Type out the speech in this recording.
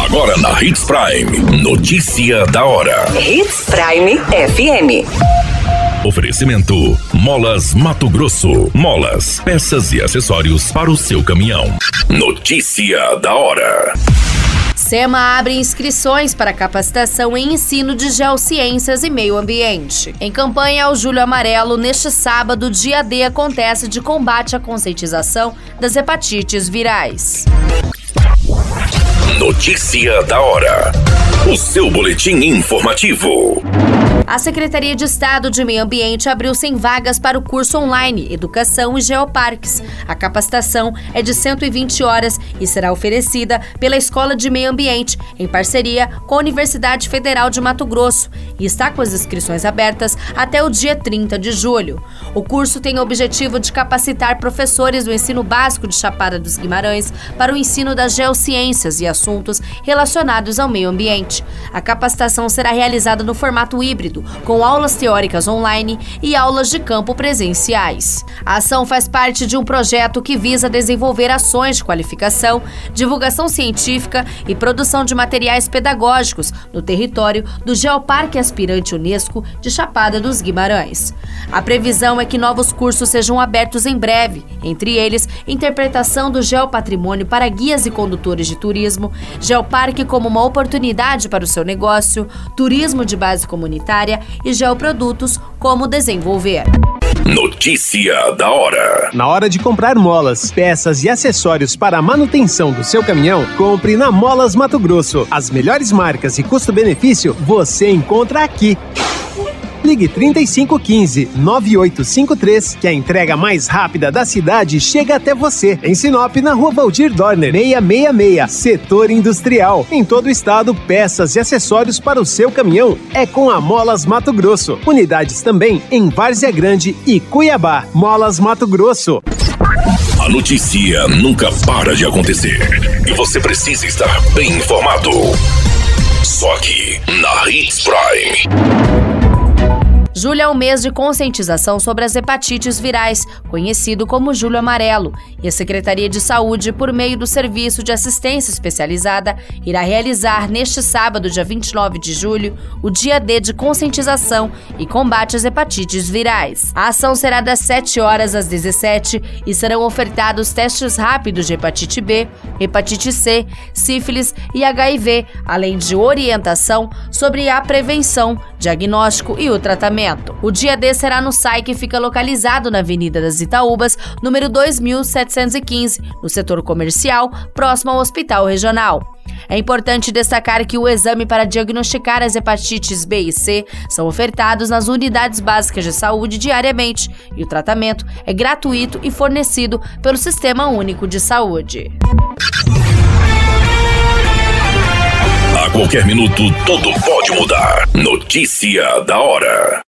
Agora na Hits Prime. Notícia da hora. Hits Prime FM. Oferecimento: Molas Mato Grosso. Molas, peças e acessórios para o seu caminhão. Notícia da hora. SEMA abre inscrições para capacitação em ensino de geociências e meio ambiente. Em campanha ao Julho Amarelo, neste sábado, dia D acontece de combate à conscientização das hepatites virais. Notícia da hora. O seu boletim informativo. A Secretaria de Estado de Meio Ambiente abriu 100 vagas para o curso online Educação e Geoparques. A capacitação é de 120 horas e será oferecida pela Escola de Meio Ambiente, em parceria com a Universidade Federal de Mato Grosso, e está com as inscrições abertas até o dia 30 de julho. O curso tem o objetivo de capacitar professores do ensino básico de Chapada dos Guimarães para o ensino das geociências e assuntos relacionados ao meio ambiente. A capacitação será realizada no formato híbrido, com aulas teóricas online e aulas de campo presenciais. A ação faz parte de um projeto que visa desenvolver ações de qualificação, divulgação científica e produção de materiais pedagógicos no território do Geoparque Aspirante Unesco de Chapada dos Guimarães. A previsão é que novos cursos sejam abertos em breve, entre eles interpretação do geopatrimônio para guias e condutores de turismo, geoparque como uma oportunidade para o seu negócio, turismo de base comunitária e geoprodutos, como desenvolver. Notícia da hora. Na hora de comprar molas, peças e acessórios para a manutenção do seu caminhão, compre na Molas Mato Grosso. As melhores marcas e custo-benefício você encontra aqui. Ligue 3515-9853, que a entrega mais rápida da cidade chega até você. Em Sinop, na Rua Valdir Dorner, 666, Setor Industrial. Em todo o estado, peças e acessórios para o seu caminhão é com a Molas Mato Grosso. Unidades também em Várzea Grande e Cuiabá. Molas Mato Grosso. A notícia nunca para de acontecer e você precisa estar bem informado. Só aqui, na Hits Prime. Julho é o mês de conscientização sobre as hepatites virais, conhecido como Julho Amarelo, e a Secretaria de Saúde, por meio do Serviço de Assistência Especializada, irá realizar neste sábado, dia 29 de julho, o dia D de conscientização e combate às hepatites virais. A ação será das 7 horas às 17 e serão ofertados testes rápidos de hepatite B, hepatite C, sífilis e HIV, além de orientação sobre a prevenção, diagnóstico e o tratamento. O dia D será no SAI, que fica localizado na Avenida das Itaúbas, número 2715, no setor comercial, próximo ao Hospital Regional. É importante destacar que o exame para diagnosticar as hepatites B e C são ofertados nas unidades básicas de saúde diariamente e o tratamento é gratuito e fornecido pelo Sistema Único de Saúde. A qualquer minuto, tudo pode mudar. Notícia da hora.